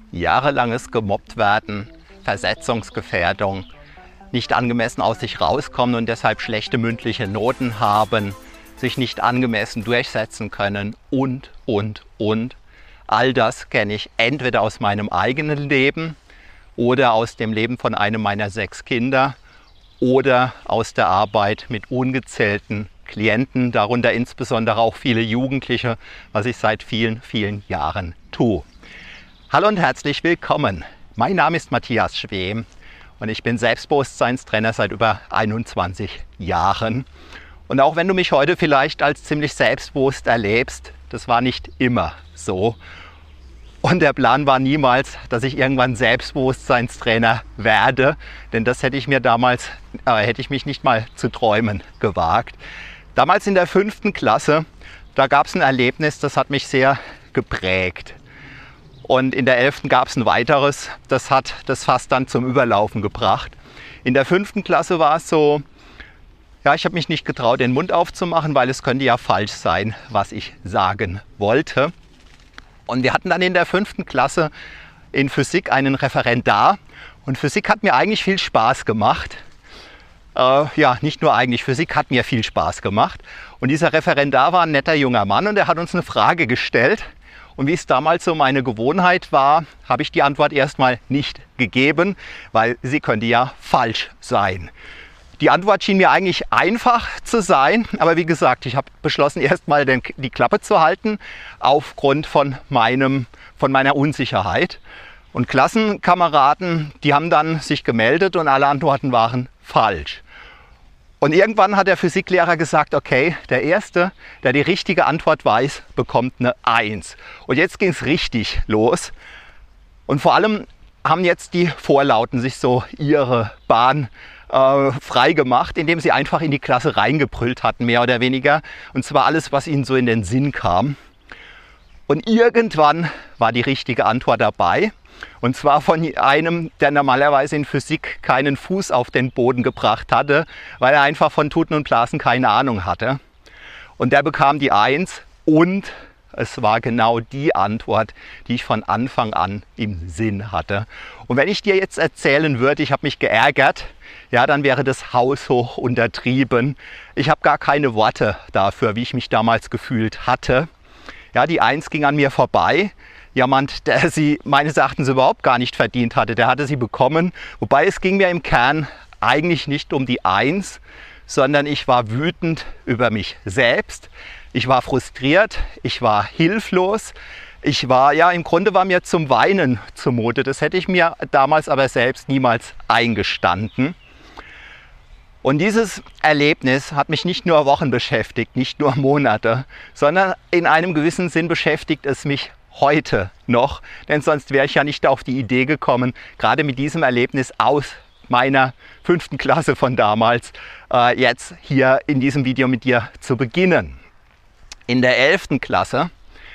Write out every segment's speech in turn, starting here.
Jahrelanges gemobbt werden, Versetzungsgefährdung, nicht angemessen aus sich rauskommen und deshalb schlechte mündliche Noten haben, sich nicht angemessen durchsetzen können und. All das kenne ich entweder aus meinem eigenen Leben oder aus dem Leben von einem meiner 6 Kinder oder aus der Arbeit mit ungezählten Klienten, darunter insbesondere auch viele Jugendliche, was ich seit vielen, vielen Jahren tue. Hallo und herzlich willkommen. Mein Name ist Matthias Schwem und ich bin Selbstbewusstseinstrainer seit über 21 Jahren. Und auch wenn du mich heute vielleicht als ziemlich selbstbewusst erlebst, das war nicht immer so. Und der Plan war niemals, dass ich irgendwann Selbstbewusstseinstrainer werde, denn das hätte ich mich nicht mal zu träumen gewagt. Damals in der 5. Klasse, da gab es ein Erlebnis, das hat mich sehr geprägt. Und in der 11. gab es ein weiteres, das hat das Fass dann zum Überlaufen gebracht. In der 5. Klasse war es so, ja, ich habe mich nicht getraut, den Mund aufzumachen, weil es könnte ja falsch sein, was ich sagen wollte. Und wir hatten dann in der 5. Klasse in Physik einen Referendar. Und Physik hat mir eigentlich viel Spaß gemacht. Ja, nicht nur eigentlich, Physik hat mir viel Spaß gemacht. Und dieser Referendar war ein netter junger Mann und er hat uns eine Frage gestellt. Und wie es damals so meine Gewohnheit war, habe ich die Antwort erstmal nicht gegeben, weil sie könnte ja falsch sein. Die Antwort schien mir eigentlich einfach zu sein, aber wie gesagt, ich habe beschlossen, erstmal die Klappe zu halten, aufgrund von meiner Unsicherheit. Und Klassenkameraden, die haben dann sich gemeldet und alle Antworten waren falsch. Und irgendwann hat der Physiklehrer gesagt, okay, der Erste, der die richtige Antwort weiß, bekommt eine 1. Und jetzt ging es richtig los. Und vor allem haben jetzt die Vorlauten sich so ihre Bahn frei gemacht, indem sie einfach in die Klasse reingebrüllt hatten, mehr oder weniger. Und zwar alles, was ihnen so in den Sinn kam. Und irgendwann war die richtige Antwort dabei. Und zwar von einem, der normalerweise in Physik keinen Fuß auf den Boden gebracht hatte, weil er einfach von Tuten und Blasen keine Ahnung hatte. Und der bekam die 1 und es war genau die Antwort, die ich von Anfang an im Sinn hatte. Und wenn ich dir jetzt erzählen würde, ich habe mich geärgert, ja, dann wäre das haushoch untertrieben. Ich habe gar keine Worte dafür, wie ich mich damals gefühlt hatte. Ja, die 1 ging an mir vorbei. Jemand, der sie meines Erachtens überhaupt gar nicht verdient hatte, der hatte sie bekommen. Wobei es ging mir im Kern eigentlich nicht um die 1, sondern ich war wütend über mich selbst. Ich war frustriert, ich war hilflos. Im Grunde war mir zum Weinen zumute. Das hätte ich mir damals aber selbst niemals eingestanden. Und dieses Erlebnis hat mich nicht nur Wochen beschäftigt, nicht nur Monate, sondern in einem gewissen Sinn beschäftigt es mich heute noch. Denn sonst wäre ich ja nicht auf die Idee gekommen, gerade mit diesem Erlebnis aus meiner 5. Klasse von damals, jetzt hier in diesem Video mit dir zu beginnen. In der 11. Klasse,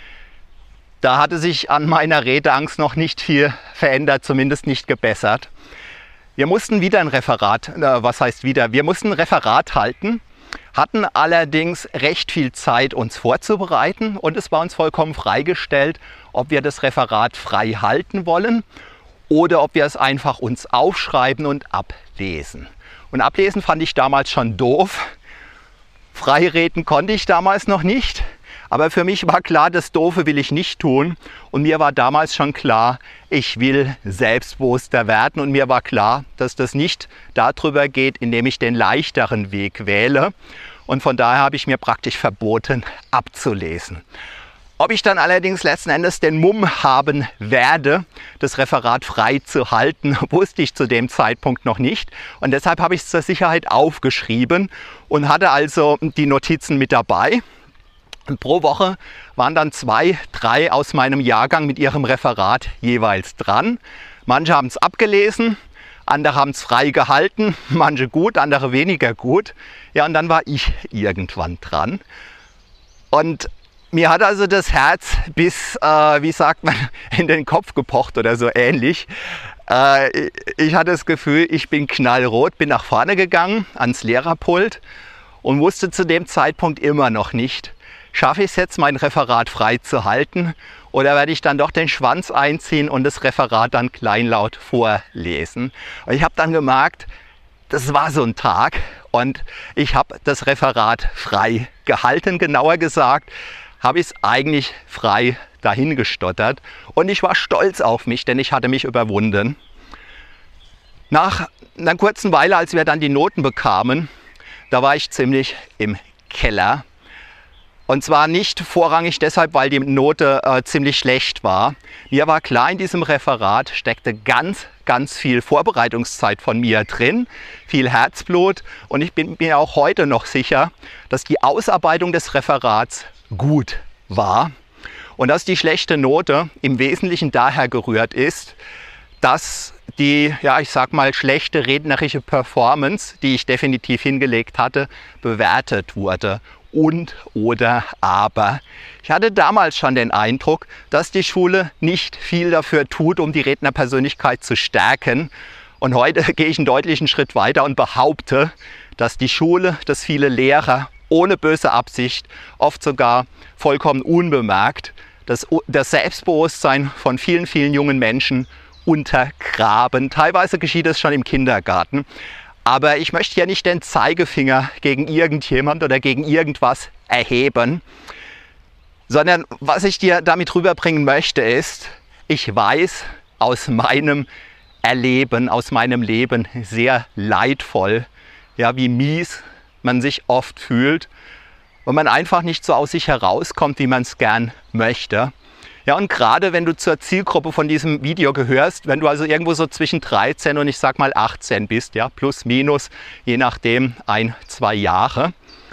da hatte sich an meiner Redeangst noch nicht viel verändert, zumindest nicht gebessert. Wir mussten wieder ein Referat, wir mussten ein Referat halten, hatten allerdings recht viel Zeit, uns vorzubereiten und es war uns vollkommen freigestellt, ob wir das Referat frei halten wollen oder ob wir es einfach uns aufschreiben und ablesen. Und ablesen fand ich damals schon doof. Freireden konnte ich damals noch nicht. Aber für mich war klar, das Doofe will ich nicht tun. Und mir war damals schon klar, ich will selbstbewusster werden. Und mir war klar, dass das nicht darüber geht, indem ich den leichteren Weg wähle. Und von daher habe ich mir praktisch verboten, abzulesen. Ob ich dann allerdings letzten Endes den Mumm haben werde, das Referat frei zu halten, wusste ich zu dem Zeitpunkt noch nicht. Und deshalb habe ich es zur Sicherheit aufgeschrieben und hatte also die Notizen mit dabei. Und pro Woche waren dann 2, 3 aus meinem Jahrgang mit ihrem Referat jeweils dran. Manche haben es abgelesen, andere haben es frei gehalten, manche gut, andere weniger gut. Ja, und dann war ich irgendwann dran. Und mir hat also das Herz bis, wie sagt man, in den Kopf gepocht oder so ähnlich. Ich hatte das Gefühl, ich bin knallrot, bin nach vorne gegangen ans Lehrerpult und wusste zu dem Zeitpunkt immer noch nicht, schaffe ich es jetzt, mein Referat frei zu halten oder werde ich dann doch den Schwanz einziehen und das Referat dann kleinlaut vorlesen? Und ich habe dann gemerkt, das war so ein Tag und ich habe das Referat frei gehalten. Genauer gesagt, habe ich es eigentlich frei dahingestottert und ich war stolz auf mich, denn ich hatte mich überwunden. Nach einer kurzen Weile, als wir dann die Noten bekamen, da war ich ziemlich im Keller. Und zwar nicht vorrangig deshalb, weil die Note ziemlich schlecht war. Mir war klar, in diesem Referat steckte ganz viel Vorbereitungszeit von mir drin, viel Herzblut. Und ich bin mir auch heute noch sicher, dass die Ausarbeitung des Referats gut war. Und dass die schlechte Note im Wesentlichen daher gerührt ist, dass die, ja, ich sag mal, schlechte rednerische Performance, die ich definitiv hingelegt hatte, bewertet wurde. Und oder aber. Ich hatte damals schon den Eindruck, dass die Schule nicht viel dafür tut, um die Rednerpersönlichkeit zu stärken. Und heute gehe ich einen deutlichen Schritt weiter und behaupte, dass die Schule, dass viele Lehrer ohne böse Absicht, oft sogar vollkommen unbemerkt, das Selbstbewusstsein von vielen jungen Menschen untergraben. Teilweise geschieht es schon im Kindergarten. Aber ich möchte hier nicht den Zeigefinger gegen irgendjemand oder gegen irgendwas erheben, sondern was ich dir damit rüberbringen möchte ist, ich weiß aus meinem Erleben, aus meinem Leben sehr leidvoll, ja, wie mies man sich oft fühlt, wenn man einfach nicht so aus sich herauskommt, wie man es gern möchte. Ja, und gerade wenn du zur Zielgruppe von diesem Video gehörst, wenn du also irgendwo so zwischen 13 und ich sag mal 18 bist, ja, plus minus, je nachdem 1-2 Jahre,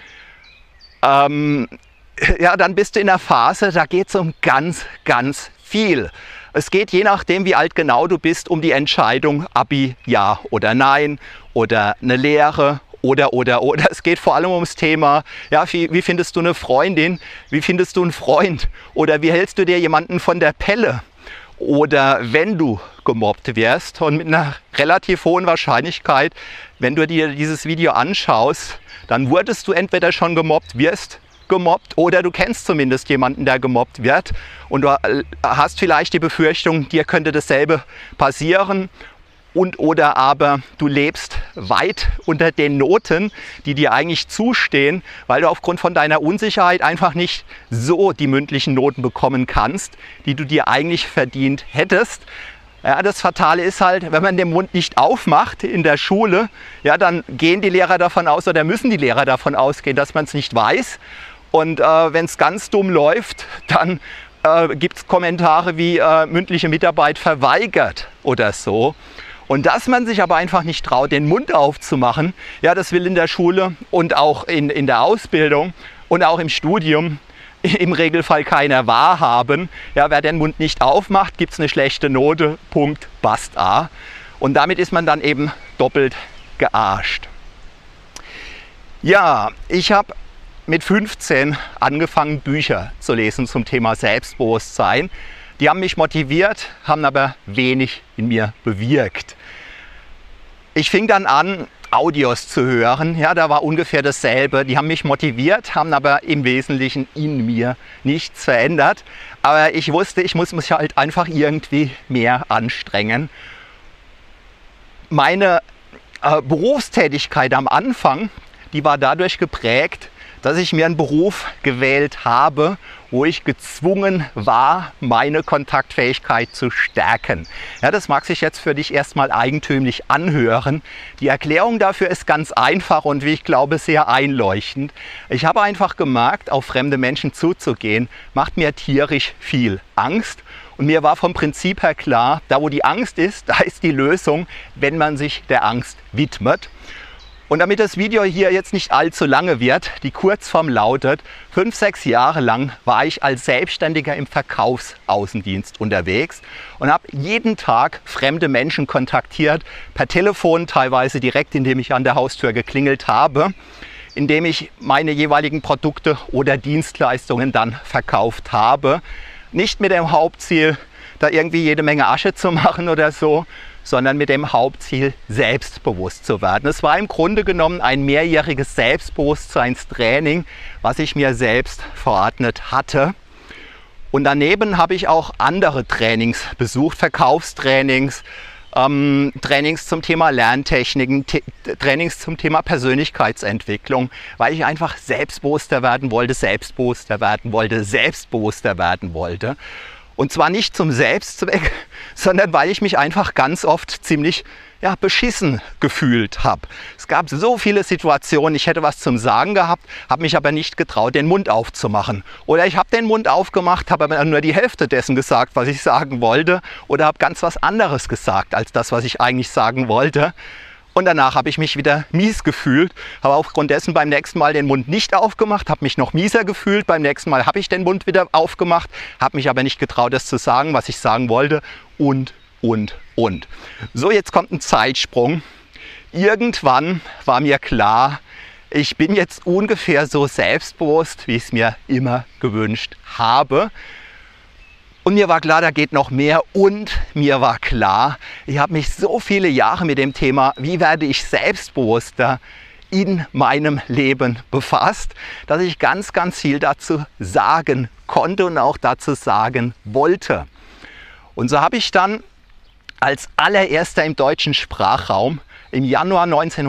ja, dann bist du in einer Phase, da geht es um ganz viel. Es geht, je nachdem wie alt genau du bist, um die Entscheidung Abi, ja oder nein, oder eine Lehre, oder. Es geht vor allem ums Thema, ja, wie findest du eine Freundin, wie findest du einen Freund oder wie hältst du dir jemanden von der Pelle? Oder wenn du gemobbt wirst und mit einer relativ hohen Wahrscheinlichkeit, wenn du dir dieses Video anschaust, dann wurdest du entweder schon gemobbt, wirst gemobbt oder du kennst zumindest jemanden, der gemobbt wird und du hast vielleicht die Befürchtung, dir könnte dasselbe passieren. Und oder aber du lebst weit unter den Noten, die dir eigentlich zustehen, weil du aufgrund von deiner Unsicherheit einfach nicht so die mündlichen Noten bekommen kannst, die du dir eigentlich verdient hättest. Ja, das Fatale ist halt, wenn man den Mund nicht aufmacht in der Schule, ja, dann gehen die Lehrer davon aus oder müssen die Lehrer davon ausgehen, dass man es nicht weiß. Und wenn es ganz dumm läuft, dann gibt es Kommentare wie mündliche Mitarbeit verweigert oder so. Und dass man sich aber einfach nicht traut, den Mund aufzumachen, ja, das will in der Schule und auch in der Ausbildung und auch im Studium im Regelfall keiner wahrhaben. Ja, wer den Mund nicht aufmacht, gibt es eine schlechte Note, Punkt, basta. Und damit ist man dann eben doppelt gearscht. Ja, ich habe mit 15 angefangen, Bücher zu lesen zum Thema Selbstbewusstsein. Die haben mich motiviert, haben aber wenig in mir bewirkt. Ich fing dann an, Audios zu hören. Ja, da war ungefähr dasselbe. Die haben mich motiviert, haben aber im Wesentlichen in mir nichts verändert. Aber ich wusste, ich muss mich halt einfach irgendwie mehr anstrengen. Meine Berufstätigkeit am Anfang, die war dadurch geprägt, dass ich mir einen Beruf gewählt habe, wo ich gezwungen war, meine Kontaktfähigkeit zu stärken. Ja, das mag sich jetzt für dich erstmal eigentümlich anhören. Die Erklärung dafür ist ganz einfach und wie ich glaube sehr einleuchtend. Ich habe einfach gemerkt, auf fremde Menschen zuzugehen, macht mir tierisch viel Angst. Und mir war vom Prinzip her klar, da wo die Angst ist, da ist die Lösung, wenn man sich der Angst widmet. Und damit das Video hier jetzt nicht allzu lange wird, die Kurzform lautet, 5-6 Jahre lang war ich als Selbstständiger im Verkaufsaußendienst unterwegs und habe jeden Tag fremde Menschen kontaktiert, per Telefon teilweise direkt, indem ich an der Haustür geklingelt habe, indem ich meine jeweiligen Produkte oder Dienstleistungen dann verkauft habe. Nicht mit dem Hauptziel, da irgendwie jede Menge Asche zu machen oder so, sondern mit dem Hauptziel, selbstbewusst zu werden. Es war im Grunde genommen ein Und daneben habe ich auch andere Trainings besucht, Verkaufstrainings, Trainings zum Thema Lerntechniken, Trainings zum Thema Persönlichkeitsentwicklung, weil ich einfach selbstbewusster werden wollte, selbstbewusster werden wollte, selbstbewusster werden wollte. Und zwar nicht zum Selbstzweck, sondern weil ich mich einfach ganz oft ziemlich beschissen gefühlt habe. Es gab so viele Situationen, ich hätte was zum Sagen gehabt, habe mich aber nicht getraut, den Mund aufzumachen. Oder ich habe den Mund aufgemacht, habe aber nur die Hälfte dessen gesagt, was ich sagen wollte. Oder habe ganz was anderes gesagt, als das, was ich eigentlich sagen wollte. Und danach habe ich mich wieder mies gefühlt, habe aufgrund dessen beim nächsten Mal den Mund nicht aufgemacht, habe mich noch mieser gefühlt. Beim nächsten Mal habe ich den Mund wieder aufgemacht, habe mich aber nicht getraut, das zu sagen, was ich sagen wollte. Und. So, jetzt kommt ein Zeitsprung. Irgendwann war mir klar, ich bin jetzt ungefähr so selbstbewusst, wie ich es mir immer gewünscht habe. Und mir war klar, da geht noch mehr. Und mir war klar, ich habe mich so viele Jahre mit dem Thema, wie werde ich selbstbewusster in meinem Leben befasst, dass ich ganz viel dazu sagen konnte und auch dazu sagen wollte. Und so habe ich dann als allererster im deutschen Sprachraum im Januar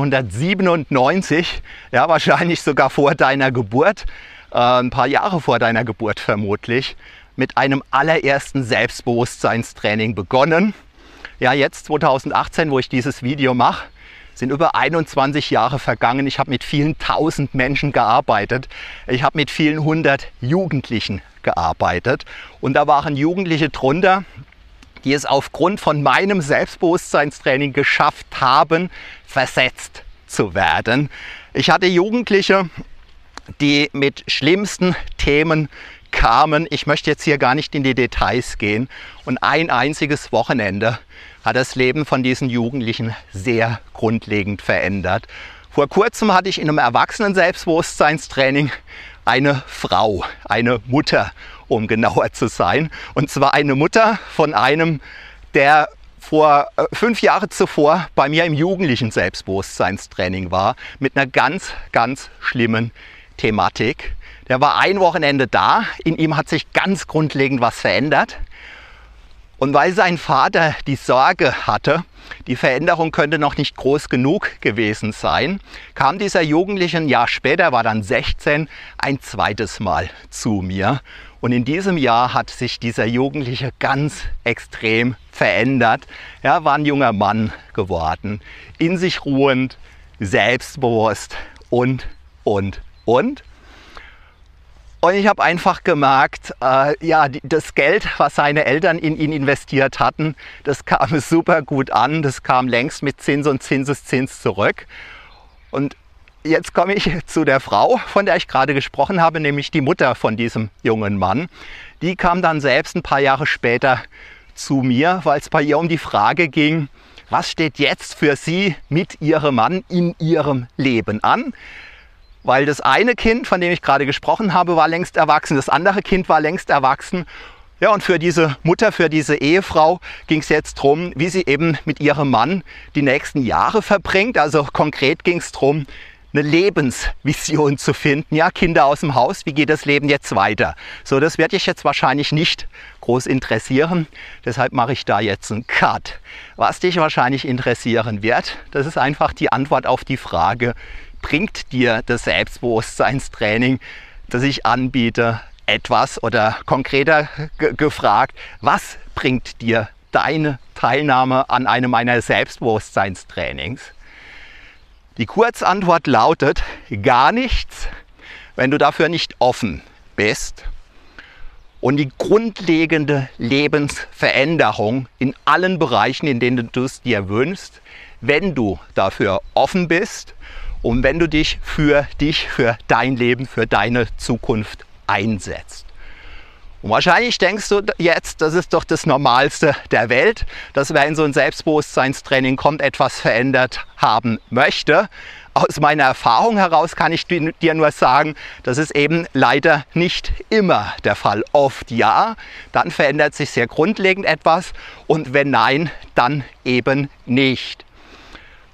1997, ja wahrscheinlich sogar vor deiner Geburt, ein paar Jahre vor deiner Geburt vermutlich, mit einem allerersten Selbstbewusstseinstraining begonnen. Ja, jetzt 2018, wo ich dieses Video mache, sind über 21 Jahre vergangen. Ich habe mit vielen tausend Menschen gearbeitet. Ich habe mit vielen hundert Jugendlichen gearbeitet. Und da waren Jugendliche drunter, die es aufgrund von meinem Selbstbewusstseinstraining geschafft haben, versetzt zu werden. Ich hatte Jugendliche, die mit schlimmsten Themen kamen. Ich möchte jetzt hier gar nicht in die Details gehen. Und ein einziges Wochenende hat das Leben von diesen Jugendlichen sehr grundlegend verändert. Vor kurzem hatte ich in einem Erwachsenen-Selbstbewusstseinstraining eine Frau, eine Mutter, um genauer zu sein. Und zwar eine Mutter von einem, der vor 5 Jahre zuvor bei mir im jugendlichen Selbstbewusstseinstraining war, mit einer ganz schlimmen Thematik. Der war ein Wochenende da, in ihm hat sich ganz grundlegend was verändert. Und weil sein Vater die Sorge hatte, die Veränderung könnte noch nicht groß genug gewesen sein, kam dieser Jugendliche ein Jahr später, war dann 16, ein zweites Mal zu mir. Und in diesem Jahr hat sich dieser Jugendliche ganz extrem verändert. Er war ein junger Mann geworden, in sich ruhend, selbstbewusst und. Und ich habe einfach gemerkt, das Geld, was seine Eltern in ihn investiert hatten, das kam super gut an. Das kam längst mit Zins und Zinseszins zurück. Und jetzt komme ich zu der Frau, von der ich gerade gesprochen habe, nämlich die Mutter von diesem jungen Mann. Die kam dann selbst ein paar Jahre später zu mir, weil es bei ihr um die Frage ging, was steht jetzt für sie mit ihrem Mann in ihrem Leben an? Weil das eine Kind, von dem ich gerade gesprochen habe, war längst erwachsen, das andere Kind war längst erwachsen. Ja, und für diese Mutter, für diese Ehefrau ging es jetzt darum, wie sie eben mit ihrem Mann die nächsten Jahre verbringt. Also konkret ging es darum, eine Lebensvision zu finden. Ja, Kinder aus dem Haus, wie geht das Leben jetzt weiter? So, das werde ich jetzt wahrscheinlich nicht groß interessieren. Deshalb mache ich da jetzt einen Cut. Was dich wahrscheinlich interessieren wird, das ist einfach die Antwort auf die Frage, bringt dir das Selbstbewusstseinstraining, das ich anbiete, etwas? Oder konkreter gefragt, was bringt dir deine Teilnahme an einem meiner Selbstbewusstseinstrainings? Die Kurzantwort lautet, gar nichts, wenn du dafür nicht offen bist und die grundlegende Lebensveränderung in allen Bereichen, in denen du es dir wünschst, wenn du dafür offen bist und wenn du dich, für dein Leben, für deine Zukunft einsetzt. Und wahrscheinlich denkst du jetzt, das ist doch das Normalste der Welt, dass wer in so ein Selbstbewusstseinstraining kommt, etwas verändert haben möchte. Aus meiner Erfahrung heraus kann ich dir nur sagen, das ist eben leider nicht immer der Fall. Oft ja, dann verändert sich sehr grundlegend etwas und wenn nein, dann eben nicht.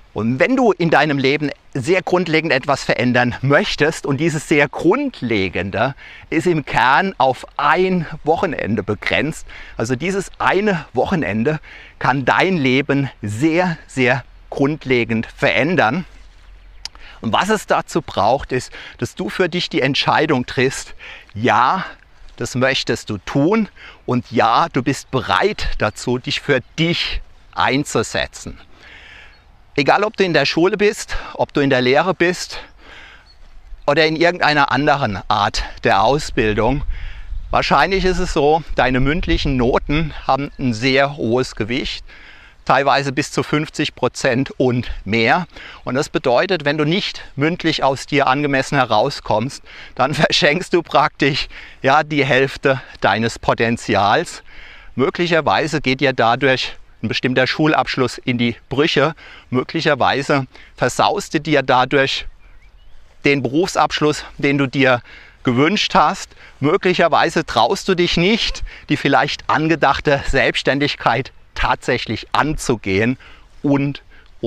Und wenn du in deinem Leben sehr grundlegend etwas verändern möchtest, und dieses sehr Grundlegende ist im Kern auf ein Wochenende begrenzt, also dieses eine Wochenende kann dein Leben sehr, sehr grundlegend verändern. Und was es dazu braucht, ist, dass du für dich die Entscheidung triffst, ja, das möchtest du tun und ja, du bist bereit dazu, dich für dich einzusetzen. Egal, ob du in der Schule bist, ob du in der Lehre bist oder in irgendeiner anderen Art der Ausbildung, wahrscheinlich ist es so, deine mündlichen Noten haben ein sehr hohes Gewicht, teilweise bis zu 50% und mehr. Und das bedeutet, wenn du nicht mündlich aus dir angemessen herauskommst, dann verschenkst du praktisch die Hälfte deines Potenzials. Möglicherweise geht dir dadurch ein bestimmter Schulabschluss in die Brüche. Möglicherweise versaust du dir dadurch den Berufsabschluss, den du dir gewünscht hast. Möglicherweise traust du dich nicht, die vielleicht angedachte Selbstständigkeit tatsächlich anzugehen und.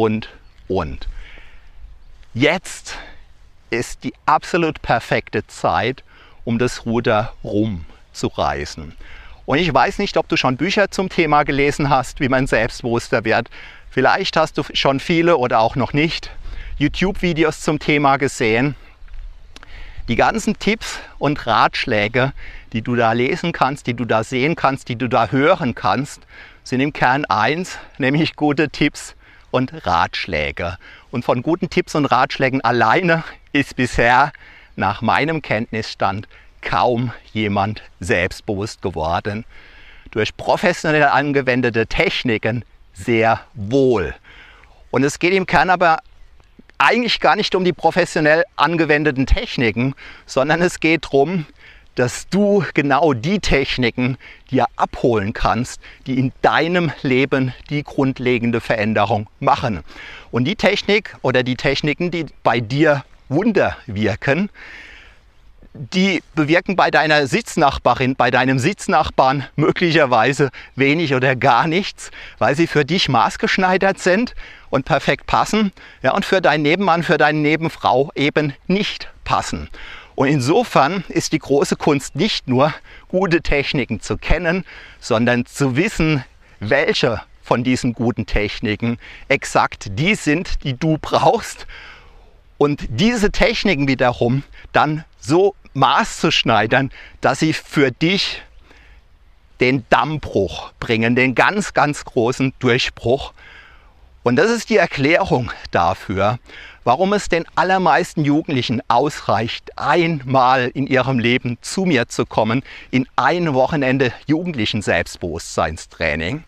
Jetzt ist die absolut perfekte Zeit, um das Ruder rumzureißen. Und ich weiß nicht, ob du schon Bücher zum Thema gelesen hast, wie man selbstbewusster wird. Vielleicht hast du schon viele oder auch noch nicht YouTube-Videos zum Thema gesehen. Die ganzen Tipps und Ratschläge, die du da lesen kannst, die du da sehen kannst, die du da hören kannst, sind im Kern eins, nämlich gute Tipps und Ratschläge. Und von guten Tipps und Ratschlägen alleine ist bisher nach meinem Kenntnisstand kaum jemand selbstbewusst geworden. Durch professionell angewendete Techniken sehr wohl. Und es geht im Kern aber eigentlich gar nicht um die professionell angewendeten Techniken, sondern es geht darum, dass du genau die Techniken dir abholen kannst, die in deinem Leben die grundlegende Veränderung machen. Und die Technik oder die Techniken, die bei dir Wunder wirken, die bewirken bei deiner Sitznachbarin, bei deinem Sitznachbarn möglicherweise wenig oder gar nichts, weil sie für dich maßgeschneidert sind und perfekt passen, und für deinen Nebenmann, für deine Nebenfrau eben nicht passen. Und insofern ist die große Kunst nicht nur, gute Techniken zu kennen, sondern zu wissen, welche von diesen guten Techniken exakt die sind, die du brauchst. Und diese Techniken wiederum dann so maßzuschneidern, dass sie für dich den Dammbruch bringen, den ganz, ganz großen Durchbruch. Und das ist die Erklärung dafür, warum es den allermeisten Jugendlichen ausreicht, einmal in ihrem Leben zu mir zu kommen, in ein Wochenende jugendlichen Selbstbewusstseinstraining.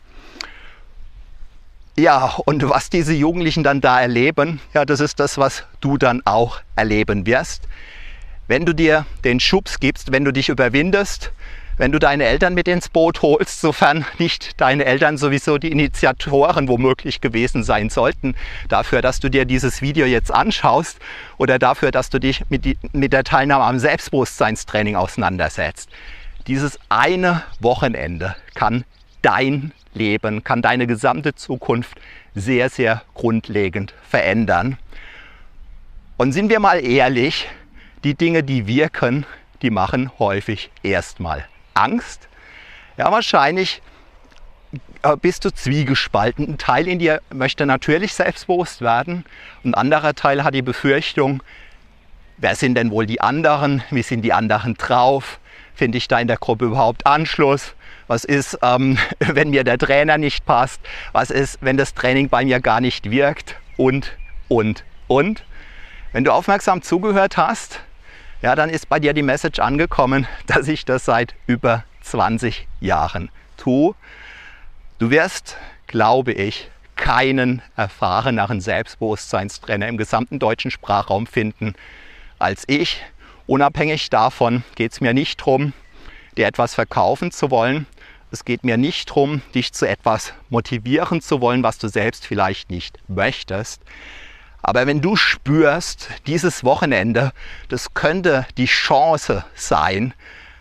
Ja, und was diese Jugendlichen dann da erleben, das ist das, was du dann auch erleben wirst. Wenn du dir den Schubs gibst, wenn du dich überwindest, wenn du deine Eltern mit ins Boot holst, sofern nicht deine Eltern sowieso die Initiatoren womöglich gewesen sein sollten, dafür, dass du dir dieses Video jetzt anschaust oder dafür, dass du dich mit der Teilnahme am Selbstbewusstseinstraining auseinandersetzt. Dieses eine Wochenende kann dein Leben, kann deine gesamte Zukunft sehr, sehr grundlegend verändern. Und sind wir mal ehrlich, die Dinge, die wirken, die machen häufig erstmal Angst. Ja, wahrscheinlich bist du zwiegespalten. Ein Teil in dir möchte natürlich selbstbewusst werden. Ein anderer Teil hat die Befürchtung, wer sind denn wohl die anderen? Wie sind die anderen drauf? Finde ich da in der Gruppe überhaupt Anschluss? Was ist, wenn mir der Trainer nicht passt? Was ist, wenn das Training bei mir gar nicht wirkt? Und. Wenn du aufmerksam zugehört hast, dann ist bei dir die Message angekommen, dass ich das seit über 20 Jahren tue. Du wirst, glaube ich, keinen erfahreneren Selbstbewusstseinstrainer im gesamten deutschen Sprachraum finden als ich. Unabhängig davon geht es mir nicht darum, dir etwas verkaufen zu wollen. Es geht mir nicht darum, dich zu etwas motivieren zu wollen, was du selbst vielleicht nicht möchtest. Aber wenn du spürst, dieses Wochenende, das könnte die Chance sein,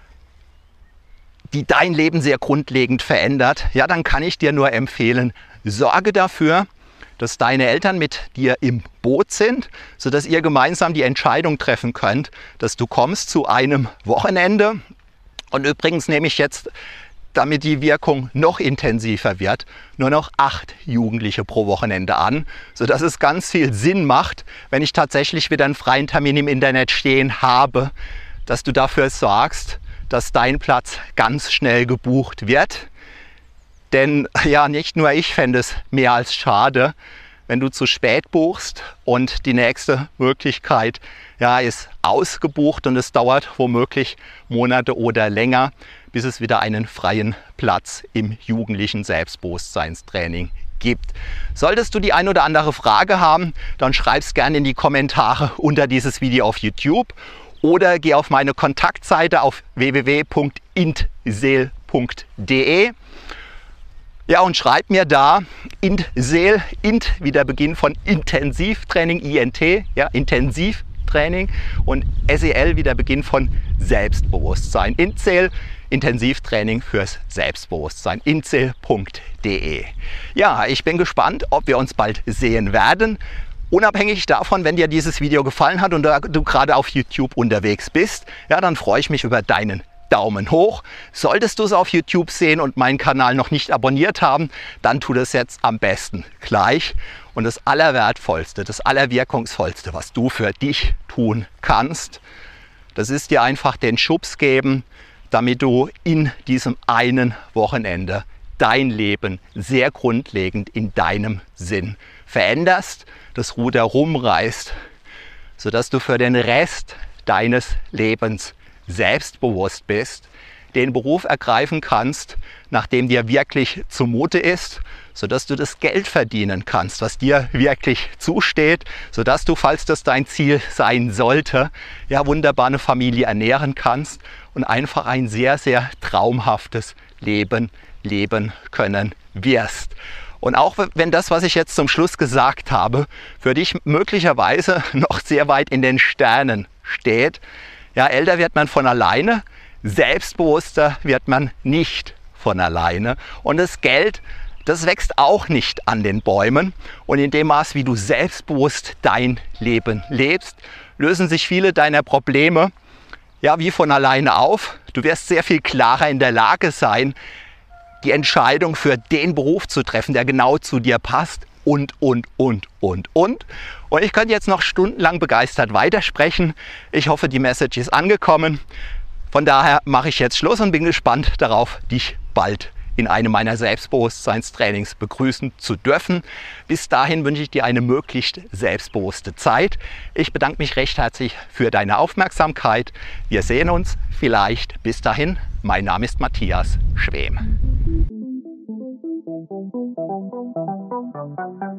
die dein Leben sehr grundlegend verändert, dann kann ich dir nur empfehlen, sorge dafür, dass deine Eltern mit dir im Boot sind, sodass ihr gemeinsam die Entscheidung treffen könnt, dass du kommst zu einem Wochenende. Und übrigens nehme ich jetzt, damit die Wirkung noch intensiver wird, nur noch 8 Jugendliche pro Wochenende an, sodass es ganz viel Sinn macht, wenn ich tatsächlich wieder einen freien Termin im Internet stehen habe, dass du dafür sorgst, dass dein Platz ganz schnell gebucht wird. Denn ja, nicht nur ich fände es mehr als schade, wenn du zu spät buchst und die nächste Möglichkeit ist ausgebucht und es dauert womöglich Monate oder länger, bis es wieder einen freien Platz im jugendlichen Selbstbewusstseinstraining gibt. Solltest du die ein oder andere Frage haben, dann schreib es gerne in die Kommentare unter dieses Video auf YouTube oder geh auf meine Kontaktseite auf www.intseel.de. Ja, und schreib mir da Intseel, int wie der Beginn von Intensivtraining, INT, ja, Intensivtraining, und SEL wie der Beginn von Selbstbewusstsein. Intseel, Intensivtraining fürs Selbstbewusstsein, intseel.de. Ja, ich bin gespannt, ob wir uns bald sehen werden. Unabhängig davon, wenn dir dieses Video gefallen hat und du gerade auf YouTube unterwegs bist, ja, dann freue ich mich über deinen Daumen hoch. Solltest du es auf YouTube sehen und meinen Kanal noch nicht abonniert haben, dann tu das jetzt am besten gleich. Und das Allerwertvollste, das Allerwirkungsvollste, was du für dich tun kannst, das ist dir einfach den Schubs geben, damit du in diesem einen Wochenende dein Leben sehr grundlegend in deinem Sinn veränderst, das Ruder rumreißt, sodass du für den Rest deines Lebens selbstbewusst bist, den Beruf ergreifen kannst, nach dem dir wirklich zumute ist, sodass du das Geld verdienen kannst, was dir wirklich zusteht, sodass du, falls das dein Ziel sein sollte, ja, wunderbar eine Familie ernähren kannst und einfach ein sehr, sehr traumhaftes Leben leben können wirst. Und auch wenn das, was ich jetzt zum Schluss gesagt habe, für dich möglicherweise noch sehr weit in den Sternen steht, ja, älter wird man von alleine, selbstbewusster wird man nicht von alleine. Und das Geld, das wächst auch nicht an den Bäumen. Und in dem Maß, wie du selbstbewusst dein Leben lebst, lösen sich viele deiner Probleme ja wie von alleine auf. Du wirst sehr viel klarer in der Lage sein, die Entscheidung für den Beruf zu treffen, der genau zu dir passt. Und. Und ich könnte jetzt noch stundenlang begeistert weitersprechen. Ich hoffe, die Message ist angekommen. Von daher mache ich jetzt Schluss und bin gespannt darauf, dich bald in einem meiner Selbstbewusstseinstrainings begrüßen zu dürfen. Bis dahin wünsche ich dir eine möglichst selbstbewusste Zeit. Ich bedanke mich recht herzlich für deine Aufmerksamkeit. Wir sehen uns vielleicht. Bis dahin, mein Name ist Matthias Schwem.